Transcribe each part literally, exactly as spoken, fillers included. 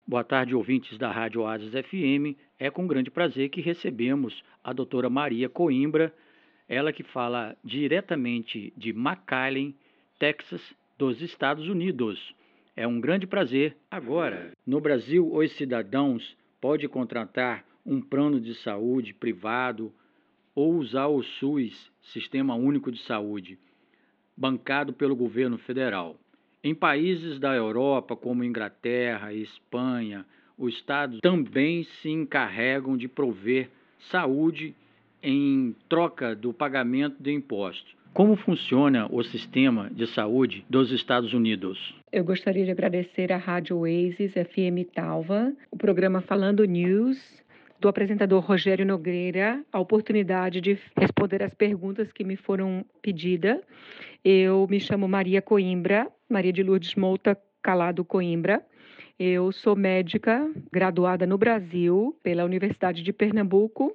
Boa tarde, ouvintes da Rádio Oasis F M. É com grande prazer que recebemos a doutora Maria Coimbra, ela que fala diretamente de McAllen, Texas, dos Estados Unidos. É um grande prazer. Agora, no Brasil, os cidadãos podem contratar um plano de saúde privado ou usar o SUS, Sistema Único de Saúde, bancado pelo governo federal. Em países da Europa, como Inglaterra e Espanha, os estados também se encarregam de prover saúde em troca do pagamento de impostos. Como funciona o sistema de saúde dos Estados Unidos? Eu gostaria de agradecer à Rádio Oasis F M Talva, o programa Falando News, do apresentador Rogério Nogueira, a oportunidade de responder as perguntas que me foram pedidas. Eu me chamo Maria Coimbra, Maria de Lourdes Mouta Calado Coimbra. Eu sou médica graduada no Brasil pela Universidade de Pernambuco,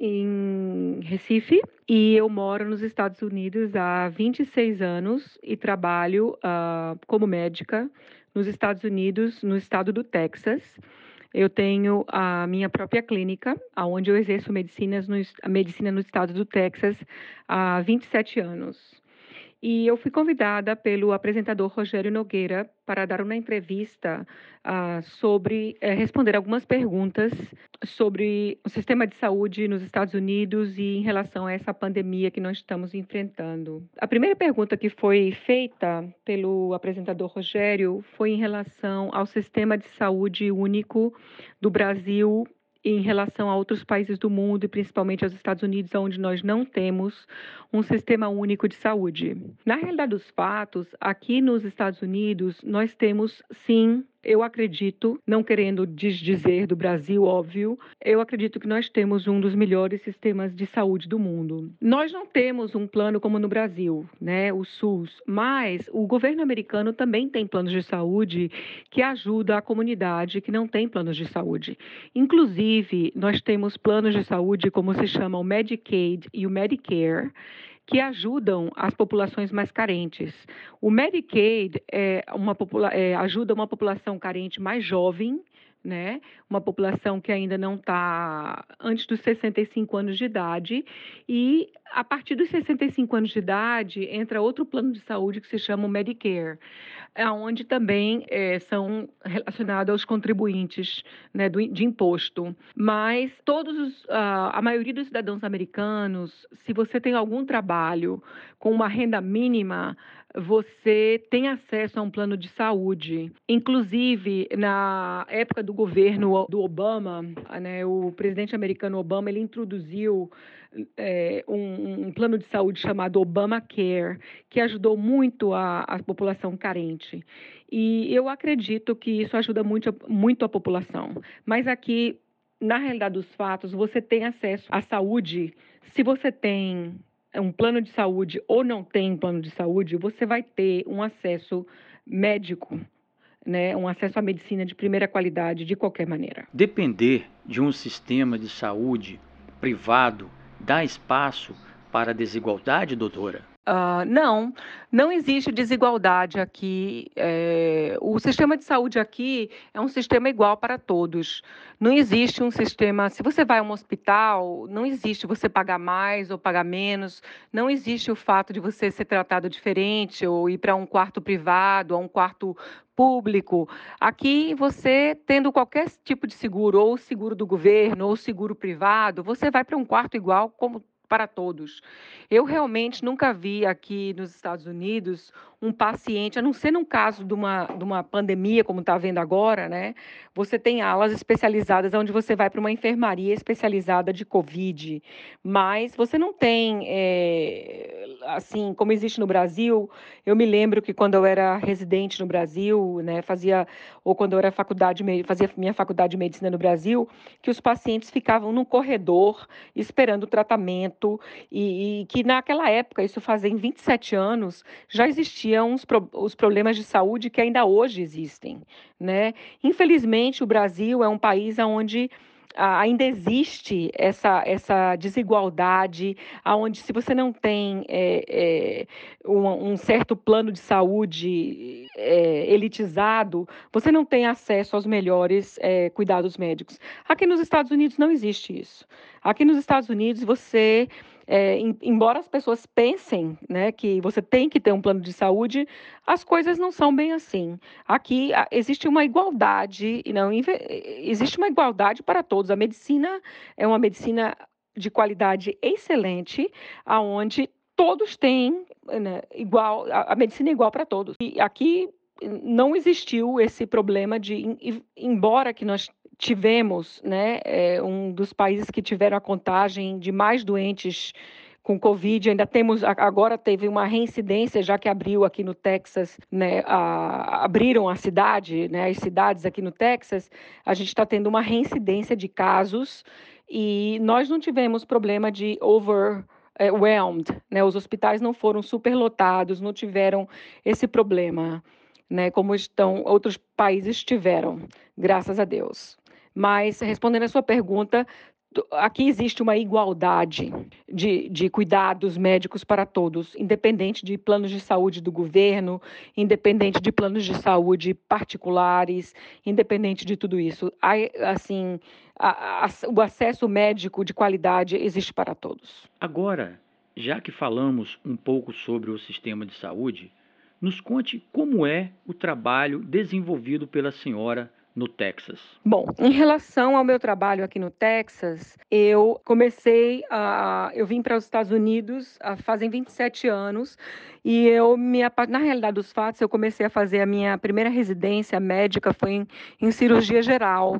em Recife, e eu moro nos Estados Unidos há vinte e seis anos e trabalho uh, como médica nos Estados Unidos, no estado do Texas. Eu tenho a minha própria clínica, onde eu exerço medicinas no, a medicina no estado do Texas há vinte e sete anos. E eu fui convidada pelo apresentador Rogério Nogueira para dar uma entrevista uh, sobre uh, responder algumas perguntas sobre o sistema de saúde nos Estados Unidos e em relação a essa pandemia que nós estamos enfrentando. A primeira pergunta que foi feita pelo apresentador Rogério foi em relação ao sistema de saúde único do Brasil em relação a outros países do mundo, e principalmente aos Estados Unidos, onde nós não temos um sistema único de saúde. Na realidade dos fatos, aqui nos Estados Unidos, nós temos, sim, eu acredito, não querendo desdizer do Brasil, óbvio, eu acredito que nós temos um dos melhores sistemas de saúde do mundo. Nós não temos um plano como no Brasil, né, o SUS, mas o governo americano também tem planos de saúde que ajudam a comunidade que não tem planos de saúde. Inclusive, nós temos planos de saúde como se chama o Medicaid e o Medicare, que ajudam as populações mais carentes. O Medicaid é uma popula- é, ajuda uma população carente mais jovem, né? Uma população que ainda não está antes dos sessenta e cinco anos de idade, e a partir dos sessenta e cinco anos de idade entra outro plano de saúde que se chama o Medicare, onde também é, são relacionados aos contribuintes, né, do, de imposto. Mas todos os, a, a maioria dos cidadãos americanos, se você tem algum trabalho com uma renda mínima, você tem acesso a um plano de saúde. Inclusive, na época do governo do Obama, né, o presidente americano Obama, ele introduziu é, um, um plano de saúde chamado Obamacare, que ajudou muito a, a população carente. E eu acredito que isso ajuda muito, muito a população. Mas aqui, na realidade dos fatos, você tem acesso à saúde. Se você tem um plano de saúde ou não tem um plano de saúde, você vai ter um acesso médico, né, um acesso à medicina de primeira qualidade de qualquer maneira. Depender de um sistema de saúde privado dá espaço para desigualdade, doutora? Uh, não, não existe desigualdade aqui. É, o sistema de saúde aqui é um sistema igual para todos. Não existe um sistema. Se você vai a um hospital, não existe você pagar mais ou pagar menos. Não existe o fato de você ser tratado diferente ou ir para um quarto privado ou um quarto público. Aqui, você tendo qualquer tipo de seguro, ou seguro do governo, ou seguro privado, você vai para um quarto igual como para todos. Eu realmente nunca vi aqui nos Estados Unidos um paciente, a não ser num caso de uma, de uma pandemia, como está vendo agora, né? Você tem alas especializadas onde você vai para uma enfermaria especializada de Covid, mas você não tem, é, assim, como existe no Brasil. Eu me lembro que quando eu era residente no Brasil, né, fazia, ou quando eu era faculdade, fazia minha faculdade de medicina no Brasil, que os pacientes ficavam no corredor esperando o tratamento, e, e que naquela época, isso fazem vinte e sete anos, já existiam os, pro, os problemas de saúde que ainda hoje existem, né? Infelizmente, o Brasil é um país onde ainda existe essa, essa desigualdade, aonde se você não tem é, é, um, um certo plano de saúde é, elitizado, você não tem acesso aos melhores é, cuidados médicos. Aqui nos Estados Unidos não existe isso. Aqui nos Estados Unidos você é, em, embora as pessoas pensem, né, que você tem que ter um plano de saúde, as coisas não são bem assim. Aqui a, existe uma igualdade, não, existe uma igualdade para todos. A medicina é uma medicina de qualidade excelente, aonde todos têm, né, igual, a, a medicina é igual para todos. E aqui não existiu esse problema de, embora que nós tivemos, né, é, um dos países que tiveram a contagem de mais doentes com Covid, ainda temos, agora teve uma reincidência, já que abriu aqui no Texas, né, a, abriram a cidade, né, as cidades aqui no Texas, a gente está tendo uma reincidência de casos e nós não tivemos problema de overwhelmed, né, os hospitais não foram superlotados, não tiveram esse problema, né, como estão outros países tiveram, graças a Deus. Mas, respondendo a sua pergunta, aqui existe uma igualdade de, de cuidados médicos para todos, independente de planos de saúde do governo, independente de planos de saúde particulares, independente de tudo isso. Assim, a, a, o acesso médico de qualidade existe para todos. Agora, já que falamos um pouco sobre o sistema de saúde, nos conte como é o trabalho desenvolvido pela senhora no Texas. Bom, em relação ao meu trabalho aqui no Texas, eu comecei a... Eu vim para os Estados Unidos há fazem vinte e sete anos e eu me... Na realidade dos fatos, eu comecei a fazer a minha primeira residência médica foi em, em cirurgia geral.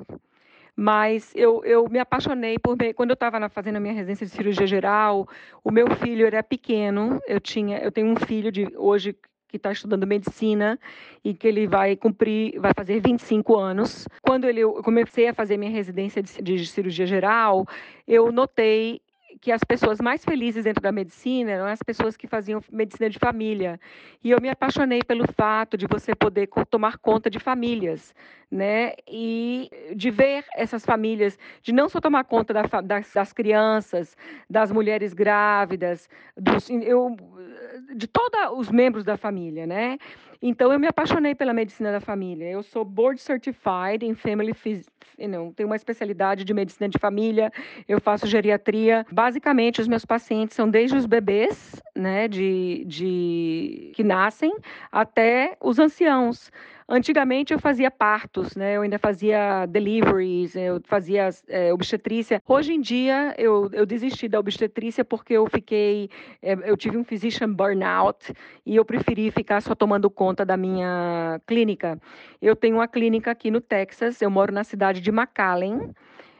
Mas eu, eu me apaixonei por... Quando eu estava fazendo a minha residência de cirurgia geral, o meu filho era pequeno, eu, tinha, eu tenho um filho de hoje que está estudando medicina e que ele vai cumprir, vai fazer vinte e cinco anos. Quando ele, eu comecei a fazer minha residência de, de cirurgia geral, eu notei que as pessoas mais felizes dentro da medicina eram as pessoas que faziam medicina de família. E eu me apaixonei pelo fato de você poder tomar conta de famílias, né? E de ver essas famílias, de não só tomar conta da, das, das crianças, das mulheres grávidas, dos, eu, de todos os membros da família, né? Então, eu me apaixonei pela medicina da família. Eu sou board certified em family phys... não, tenho uma especialidade de medicina de família, eu faço geriatria. Basicamente, os meus pacientes são desde os bebês, né, de, de... que nascem, até os anciãos. Antigamente eu fazia partos, né? Eu ainda fazia deliveries, eu fazia é, obstetrícia. Hoje em dia eu, eu desisti da obstetrícia porque eu fiquei, é, eu tive um physician burnout e eu preferi ficar só tomando conta da minha clínica. Eu tenho uma clínica aqui no Texas, eu moro na cidade de McAllen,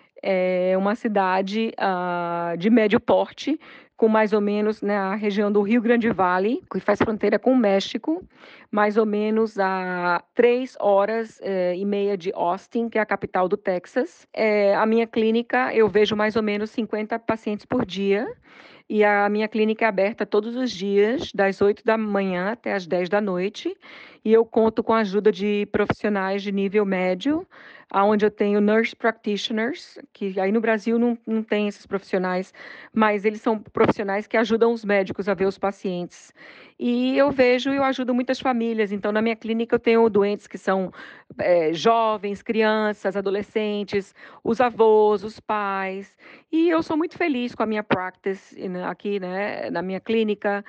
é uma cidade uh, de médio porte, com mais ou menos na região do Rio Grande Valley, que faz fronteira com o México, mais ou menos a três horas eh, e meia de Austin, que é a capital do Texas. É, a minha clínica, eu vejo mais ou menos cinquenta pacientes por dia, e a minha clínica é aberta todos os dias, das oito da manhã até as dez da noite, e eu conto com a ajuda de profissionais de nível médio, onde eu tenho nurse practitioners, que aí no Brasil não, não tem esses profissionais, mas eles são profissionais que ajudam os médicos a ver os pacientes. E eu vejo e eu ajudo muitas famílias. Então, na minha clínica, eu tenho doentes que são é, jovens, crianças, adolescentes, os avós, os pais. E eu sou muito feliz com a minha practice aqui, né, na minha clínica.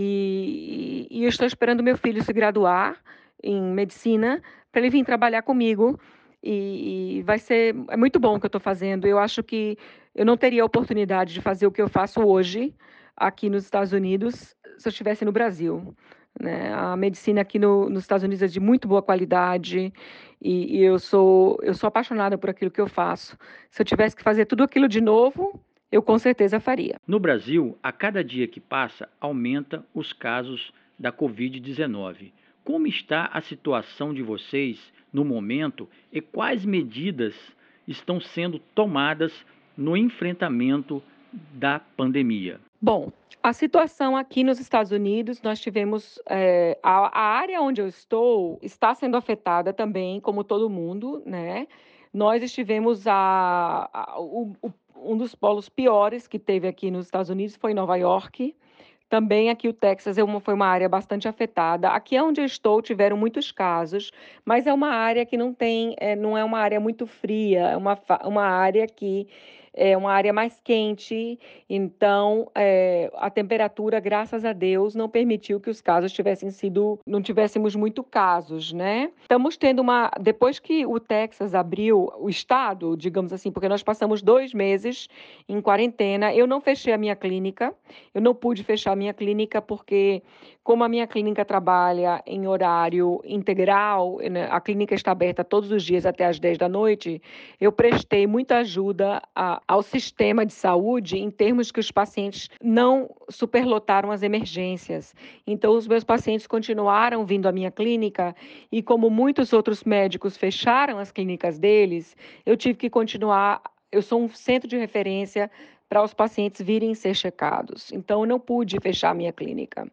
E, e eu estou esperando meu filho se graduar em medicina para ele vir trabalhar comigo. E, e vai ser é muito bom o que eu estou fazendo. Eu acho que eu não teria a oportunidade de fazer o que eu faço hoje aqui nos Estados Unidos se eu estivesse no Brasil, né? A medicina aqui no, nos Estados Unidos é de muito boa qualidade e, e eu sou eu sou apaixonada por aquilo que eu faço. Se eu tivesse que fazer tudo aquilo de novo, eu com certeza faria. No Brasil, a cada dia que passa, aumenta os casos da covid dezenove. Como está a situação de vocês no momento e quais medidas estão sendo tomadas no enfrentamento da pandemia? Bom, a situação aqui nos Estados Unidos, nós tivemos é, a, a área onde eu estou está sendo afetada também, como todo mundo, né? nós estivemos a, a o, o, um dos polos piores que teve aqui nos Estados Unidos foi em Nova York. Também aqui o Texas é uma, foi uma área bastante afetada. Aqui onde eu estou tiveram muitos casos, mas é uma área que não tem, é, não é uma área muito fria, é uma, uma área que é uma área mais quente, então é, a temperatura, graças a Deus, não permitiu que os casos tivessem sido, não tivéssemos muito casos, né? Estamos tendo uma, depois que o Texas abriu o estado, digamos assim, porque nós passamos dois meses em quarentena, eu não fechei a minha clínica, eu não pude fechar a minha clínica porque, como a minha clínica trabalha em horário integral, né, a clínica está aberta todos os dias até às dez da noite, eu prestei muita ajuda a, ao sistema de saúde em termos que os pacientes não superlotaram as emergências. Então, os meus pacientes continuaram vindo à minha clínica e, como muitos outros médicos fecharam as clínicas deles, eu tive que continuar. Eu sou um centro de referência para os pacientes virem ser checados. Então, eu não pude fechar a minha clínica.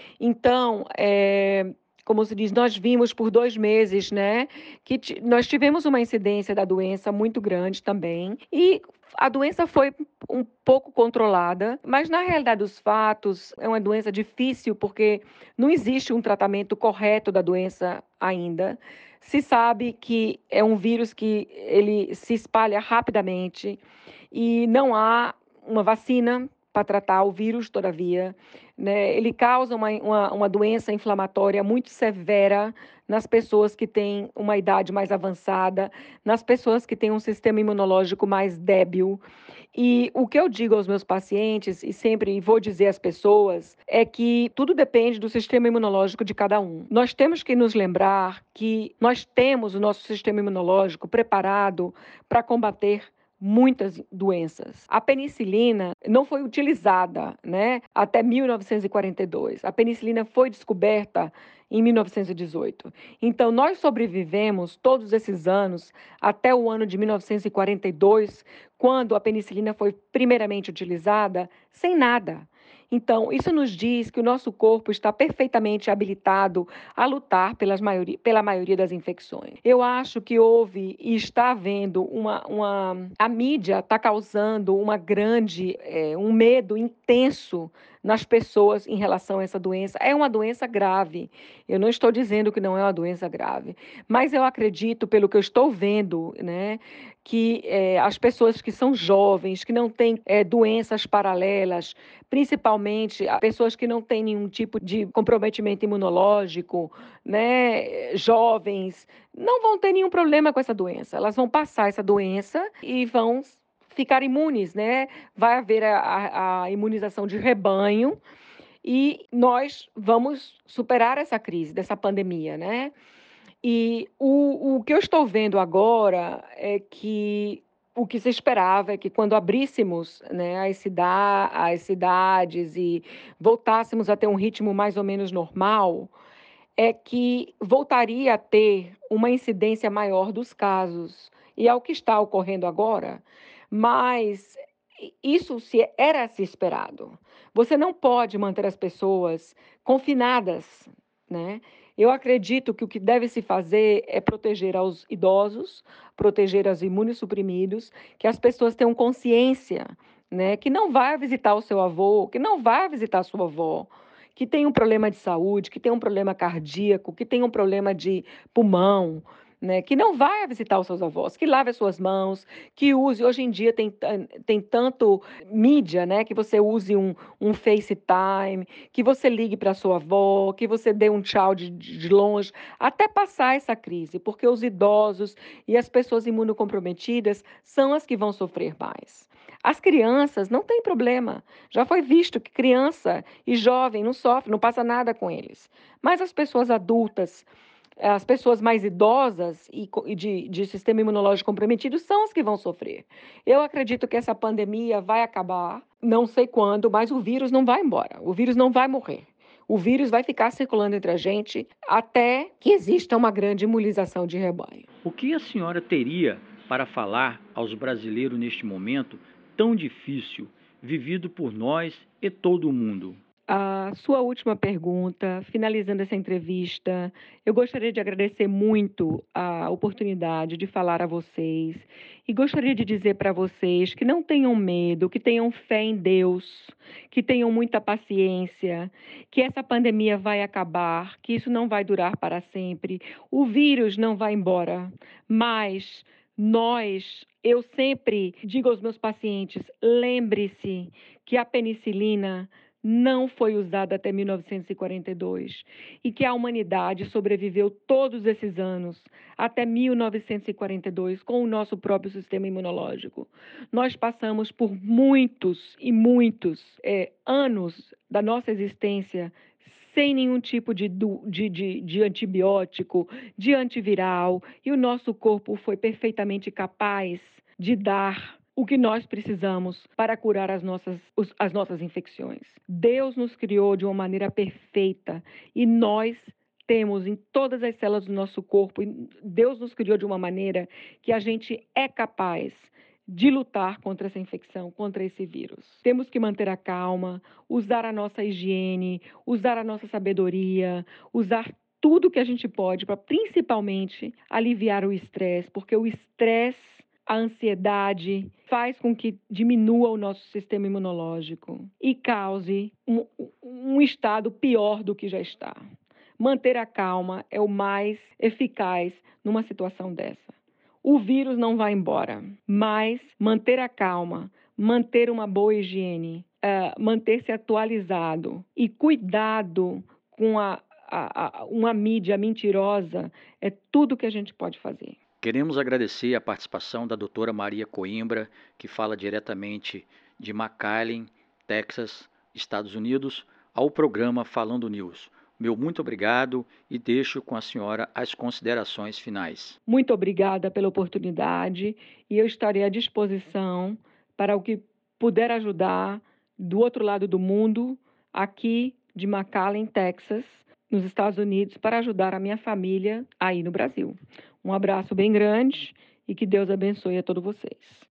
Então, é, como se diz, nós vimos por dois meses, né, que t- nós tivemos uma incidência da doença muito grande também, e a doença foi um pouco controlada, mas na realidade dos fatos é uma doença difícil porque não existe um tratamento correto da doença ainda. Se sabe que é um vírus que ele se espalha rapidamente e não há uma vacina para tratar o vírus, todavia, né? Ele causa uma, uma, uma doença inflamatória muito severa nas pessoas que têm uma idade mais avançada, nas pessoas que têm um sistema imunológico mais débil. E o que eu digo aos meus pacientes, e sempre vou dizer às pessoas, é que tudo depende do sistema imunológico de cada um. Nós temos que nos lembrar que nós temos o nosso sistema imunológico preparado para combater muitas doenças. A penicilina não foi utilizada, né, até mil novecentos e quarenta e dois. A penicilina foi descoberta em mil novecentos e dezoito. Então, nós sobrevivemos todos esses anos até o ano de mil novecentos e quarenta e dois, quando a penicilina foi primeiramente utilizada, sem nada. Então, isso nos diz que o nosso corpo está perfeitamente habilitado a lutar pelas maioria, pela maioria das infecções. Eu acho que houve e está havendo uma. uma a mídia está causando uma grande, é, um medo intenso nas pessoas em relação a essa doença. É uma doença grave. Eu não estou dizendo que não é uma doença grave, mas eu acredito, pelo que eu estou vendo, né, que é, as pessoas que são jovens, que não têm é, doenças paralelas, principalmente as pessoas que não têm nenhum tipo de comprometimento imunológico, né, jovens, não vão ter nenhum problema com essa doença. Elas vão passar essa doença e vão ficar imunes, né? Vai haver a, a, a imunização de rebanho e nós vamos superar essa crise, dessa pandemia, né? E o, o que eu estou vendo agora é que o que se esperava é que quando abríssemos, né, as, cida as cidades e voltássemos a ter um ritmo mais ou menos normal, é que voltaria a ter uma incidência maior dos casos. E é o que está ocorrendo agora, mas isso se, era se esperado. Você não pode manter as pessoas confinadas, né? Eu acredito que o que deve se fazer é proteger aos idosos, proteger aos imunossuprimidos, que as pessoas tenham consciência, né, que não vai visitar o seu avô, que não vai visitar a sua avó, que tem um problema de saúde, que tem um problema cardíaco, que tem um problema de pulmão, né, que não vai visitar os seus avós, que lave as suas mãos, que use, hoje em dia tem, tem tanto mídia, né, que você use um, um FaceTime, que você ligue para sua avó, que você dê um tchau de, de longe, até passar essa crise, porque os idosos e as pessoas imunocomprometidas são as que vão sofrer mais. As crianças não têm problema. Já foi visto que criança e jovem não sofrem, não passa nada com eles. Mas as pessoas adultas, as pessoas mais idosas e de, de sistema imunológico comprometido são as que vão sofrer. Eu acredito que essa pandemia vai acabar, não sei quando, mas o vírus não vai embora. O vírus não vai morrer. O vírus vai ficar circulando entre a gente até que exista uma grande imunização de rebanho. O que a senhora teria para falar aos brasileiros neste momento tão difícil, vivido por nós e todo o mundo? A sua última pergunta, finalizando essa entrevista, eu gostaria de agradecer muito a oportunidade de falar a vocês e gostaria de dizer para vocês que não tenham medo, que tenham fé em Deus, que tenham muita paciência, que essa pandemia vai acabar, que isso não vai durar para sempre, o vírus não vai embora, mas nós, eu sempre digo aos meus pacientes, lembre-se que a penicilina não foi usada até mil novecentos e quarenta e dois e que a humanidade sobreviveu todos esses anos até mil novecentos e quarenta e dois com o nosso próprio sistema imunológico. Nós passamos por muitos e muitos é, anos da nossa existência sem nenhum tipo de, de, de, de antibiótico, de antiviral, e o nosso corpo foi perfeitamente capaz de dar o que nós precisamos para curar as nossas, as nossas infecções. Deus nos criou de uma maneira perfeita e nós temos em todas as células do nosso corpo, Deus nos criou de uma maneira que a gente é capaz de lutar contra essa infecção, contra esse vírus. Temos que manter a calma, usar a nossa higiene, usar a nossa sabedoria, usar tudo que a gente pode para principalmente aliviar o estresse, porque o estresse, a ansiedade faz com que diminua o nosso sistema imunológico e cause um, um estado pior do que já está. Manter a calma é o mais eficaz numa situação dessa. O vírus não vai embora, mas manter a calma, manter uma boa higiene, uh, manter-se atualizado e cuidado com a, a, a, uma mídia mentirosa é tudo que a gente pode fazer. Queremos agradecer a participação da doutora Maria Coimbra, que fala diretamente de McAllen, Texas, Estados Unidos, ao programa Falando News. Meu muito obrigado e deixo com a senhora as considerações finais. Muito obrigada pela oportunidade e eu estarei à disposição para o que puder ajudar do outro lado do mundo, aqui de McAllen, Texas, nos Estados Unidos, para ajudar a minha família aí no Brasil. Um abraço bem grande e que Deus abençoe a todos vocês.